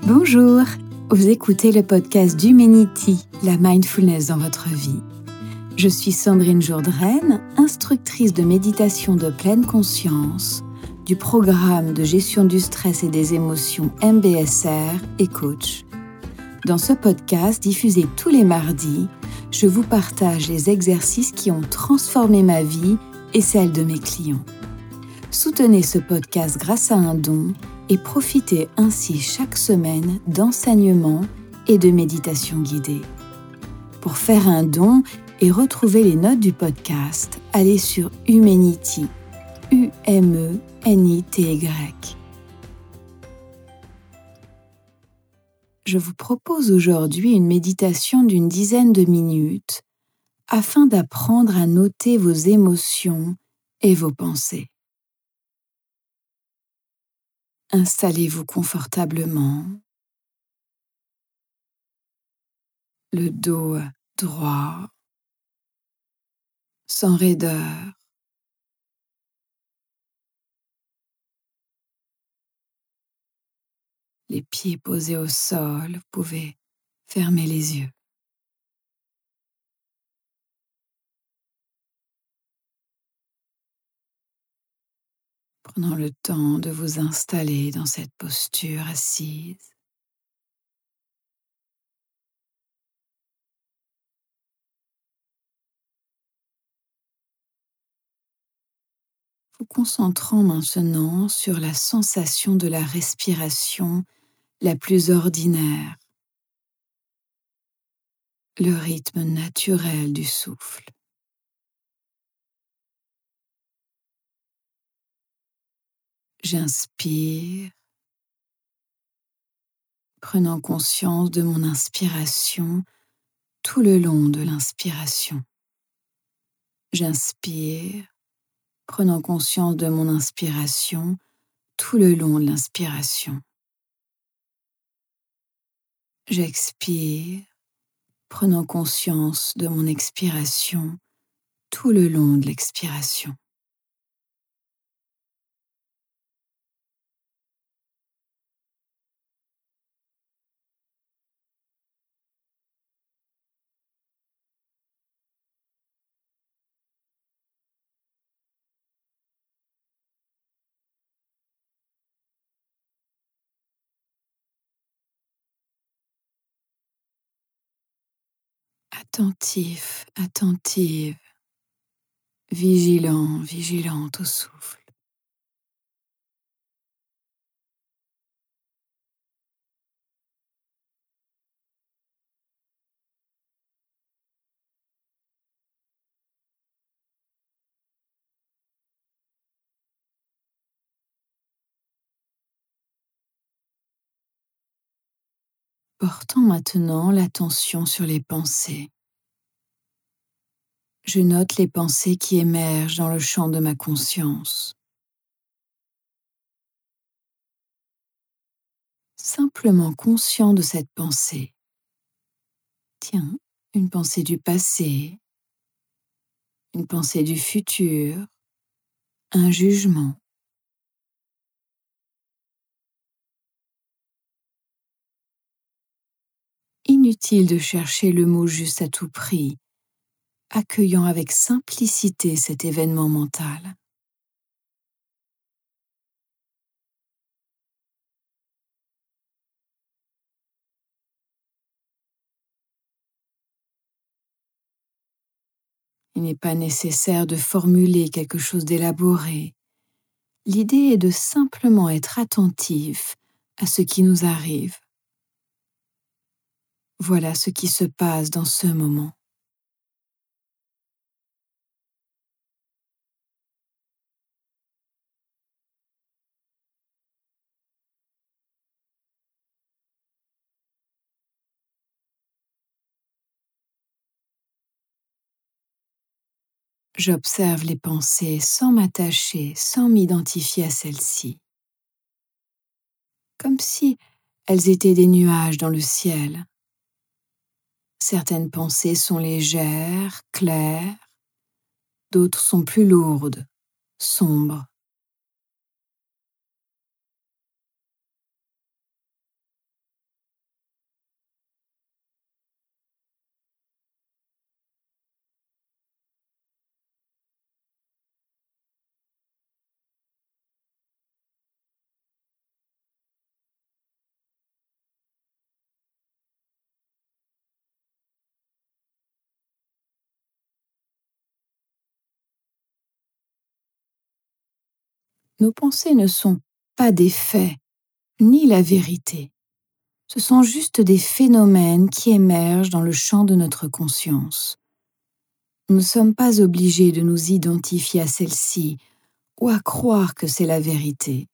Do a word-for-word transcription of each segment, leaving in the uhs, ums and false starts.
Bonjour, vous écoutez le podcast d'Humanity, la mindfulness dans votre vie. Je suis Sandrine Jourdraine, instructrice de méditation de pleine conscience, du programme de gestion du stress et des émotions M B S R et coach. Dans ce podcast diffusé tous les mardis, je vous partage les exercices qui ont transformé ma vie et celle de mes clients. Soutenez ce podcast grâce à un don et profitez ainsi chaque semaine d'enseignements et de méditation guidée. Pour faire un don et retrouver les notes du podcast, allez sur Humanity, U M E N I T Y. Je vous propose aujourd'hui une méditation d'une dizaine de minutes afin d'apprendre à noter vos émotions et vos pensées. Installez-vous confortablement, le dos droit, sans raideur. Les pieds posés au sol, vous pouvez fermer les yeux. Prenons le temps de vous installer dans cette posture assise. Vous concentrant maintenant sur la sensation de la respiration la plus ordinaire, le rythme naturel du souffle. J'inspire, prenant conscience de mon inspiration tout le long de l'inspiration. J'inspire, prenant conscience de mon inspiration tout le long de l'inspiration. J'expire, prenant conscience de mon expiration tout le long de l'expiration. Attentif, attentive, vigilant, vigilante au souffle. Portant maintenant l'attention sur les pensées. Je note les pensées qui émergent dans le champ de ma conscience. Simplement conscient de cette pensée. Tiens, une pensée du passé, une pensée du futur, un jugement. Inutile de chercher le mot juste à tout prix, accueillant avec simplicité cet événement mental. Il n'est pas nécessaire de formuler quelque chose d'élaboré. L'idée est de simplement être attentif à ce qui nous arrive. Voilà ce qui se passe dans ce moment. J'observe les pensées sans m'attacher, sans m'identifier à celles-ci. Comme si elles étaient des nuages dans le ciel. Certaines pensées sont légères, claires, d'autres sont plus lourdes, sombres. Nos pensées ne sont pas des faits, ni la vérité. Ce sont juste des phénomènes qui émergent dans le champ de notre conscience. Nous ne sommes pas obligés de nous identifier à celle-ci ou à croire que c'est la vérité.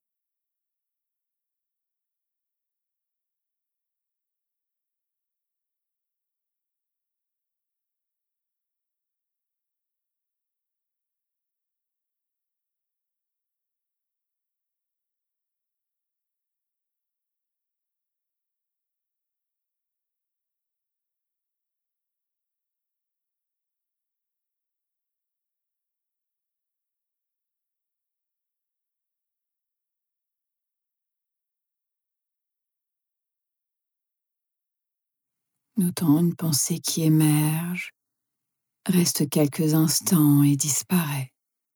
Notons une pensée qui émerge, reste quelques instants et disparaît.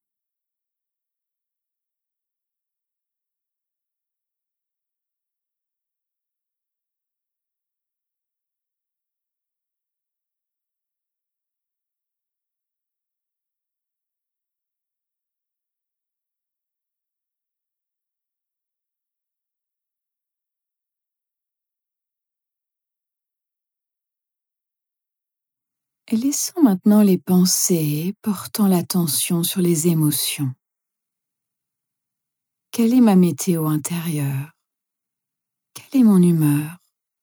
Et laissons maintenant les pensées portant l'attention sur les émotions. Quelle est ma météo intérieure? Quelle est mon humeur?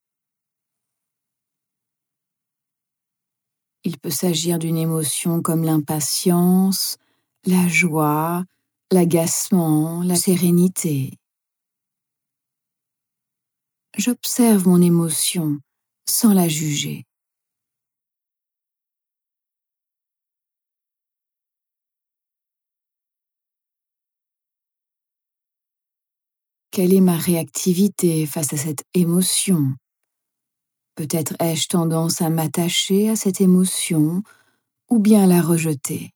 Il peut s'agir d'une émotion comme l'impatience, la joie, l'agacement, la sérénité. J'observe mon émotion sans la juger. Quelle est ma réactivité face à cette émotion? Peut-être ai-je tendance à m'attacher à cette émotion ou bien à la rejeter.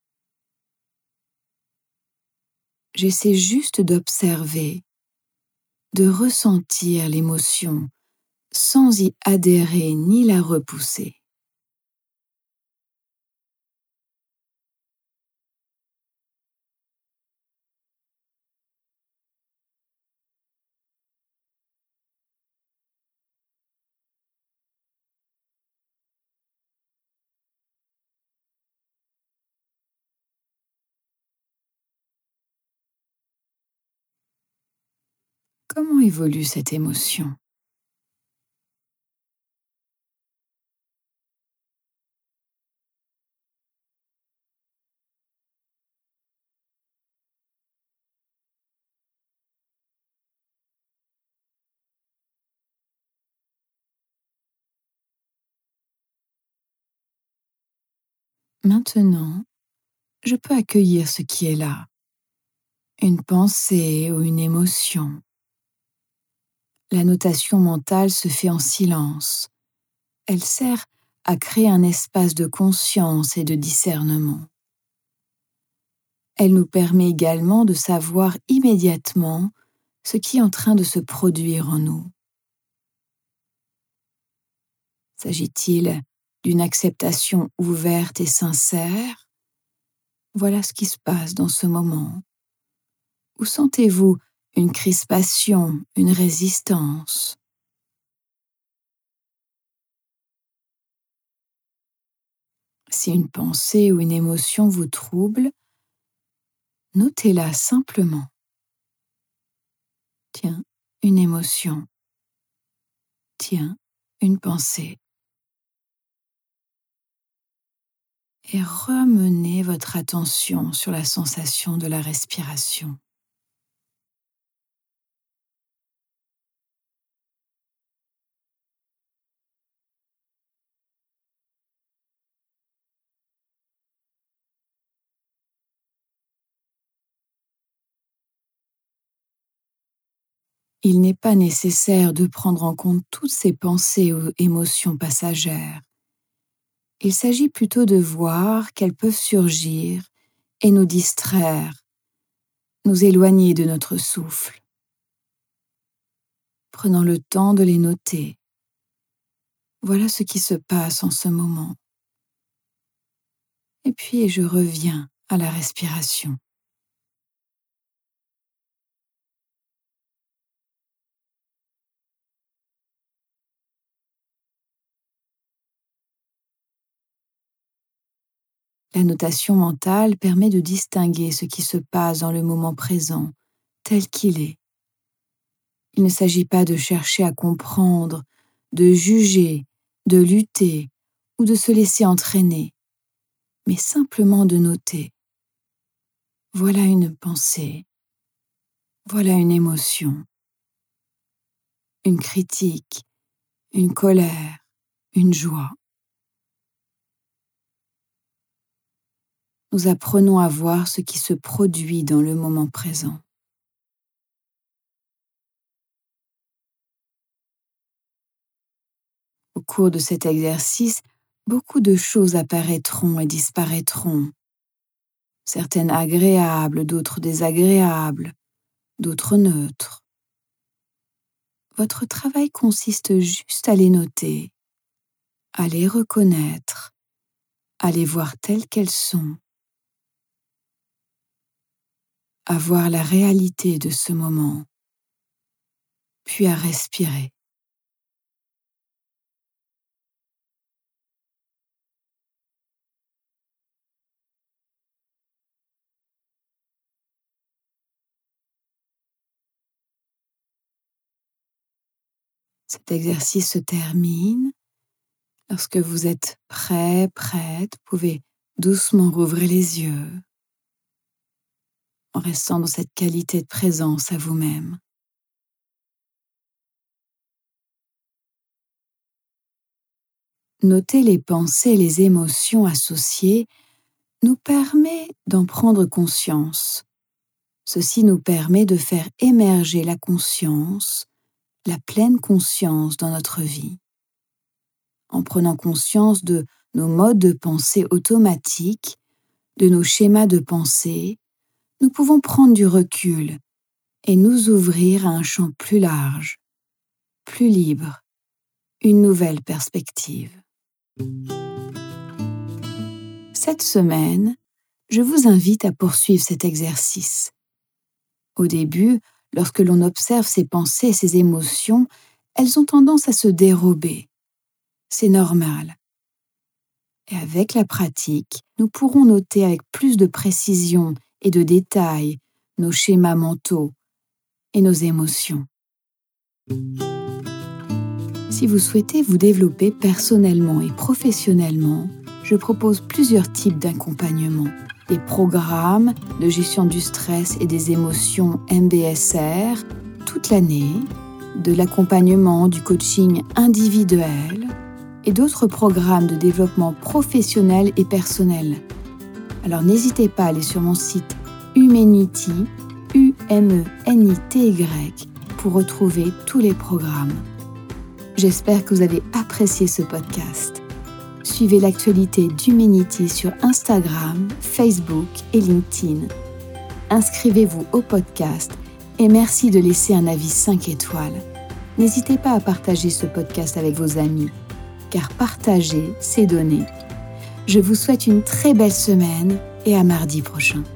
J'essaie juste d'observer, de ressentir l'émotion sans y adhérer ni la repousser. Comment évolue cette émotion? Maintenant, je peux accueillir ce qui est là, une pensée ou une émotion. La notation mentale se fait en silence. Elle sert à créer un espace de conscience et de discernement. Elle nous permet également de savoir immédiatement ce qui est en train de se produire en nous. S'agit-il d'une acceptation ouverte et sincère? Voilà ce qui se passe dans ce moment. Ou sentez-vous une crispation, une résistance? Si une pensée ou une émotion vous trouble, notez-la simplement. Tiens, une émotion. Tiens, une pensée. Et remenez votre attention sur la sensation de la respiration. Il n'est pas nécessaire de prendre en compte toutes ces pensées ou émotions passagères. Il s'agit plutôt de voir qu'elles peuvent surgir et nous distraire, nous éloigner de notre souffle. Prenons le temps de les noter. Voilà ce qui se passe en ce moment. Et puis je reviens à la respiration. La notation mentale permet de distinguer ce qui se passe dans le moment présent, tel qu'il est. Il ne s'agit pas de chercher à comprendre, de juger, de lutter ou de se laisser entraîner, mais simplement de noter. Voilà une pensée, voilà une émotion, une critique, une colère, une joie. Nous apprenons à voir ce qui se produit dans le moment présent. Au cours de cet exercice, beaucoup de choses apparaîtront et disparaîtront. Certaines agréables, d'autres désagréables, d'autres neutres. Votre travail consiste juste à les noter, à les reconnaître, à les voir telles qu'elles sont, à voir la réalité de ce moment, puis à respirer. Cet exercice se termine. Lorsque vous êtes prêt, prête, vous pouvez doucement rouvrir les yeux en restant dans cette qualité de présence à vous-même. Noter les pensées et les émotions associées nous permet d'en prendre conscience. Ceci nous permet de faire émerger la conscience, la pleine conscience dans notre vie. En prenant conscience de nos modes de pensée automatiques, de nos schémas de pensée, nous pouvons prendre du recul et nous ouvrir à un champ plus large, plus libre, une nouvelle perspective. Cette semaine, je vous invite à poursuivre cet exercice. Au début, lorsque l'on observe ses pensées et ses émotions, elles ont tendance à se dérober. C'est normal. Et avec la pratique, nous pourrons noter avec plus de précision et de détails nos schémas mentaux et nos émotions. Si vous souhaitez vous développer personnellement et professionnellement, je propose plusieurs types d'accompagnement. Des programmes de gestion du stress et des émotions M B S R toute l'année, de l'accompagnement, du coaching individuel et d'autres programmes de développement professionnel et personnel. Alors n'hésitez pas à aller sur mon site Humenity, U M E N I T Y, pour retrouver tous les programmes. J'espère que vous avez apprécié ce podcast. Suivez l'actualité d'Humenity sur Instagram, Facebook et LinkedIn. Inscrivez-vous au podcast et merci de laisser un avis cinq étoiles. N'hésitez pas à partager ce podcast avec vos amis, car partager, c'est donner. Je vous souhaite une très belle semaine et à mardi prochain.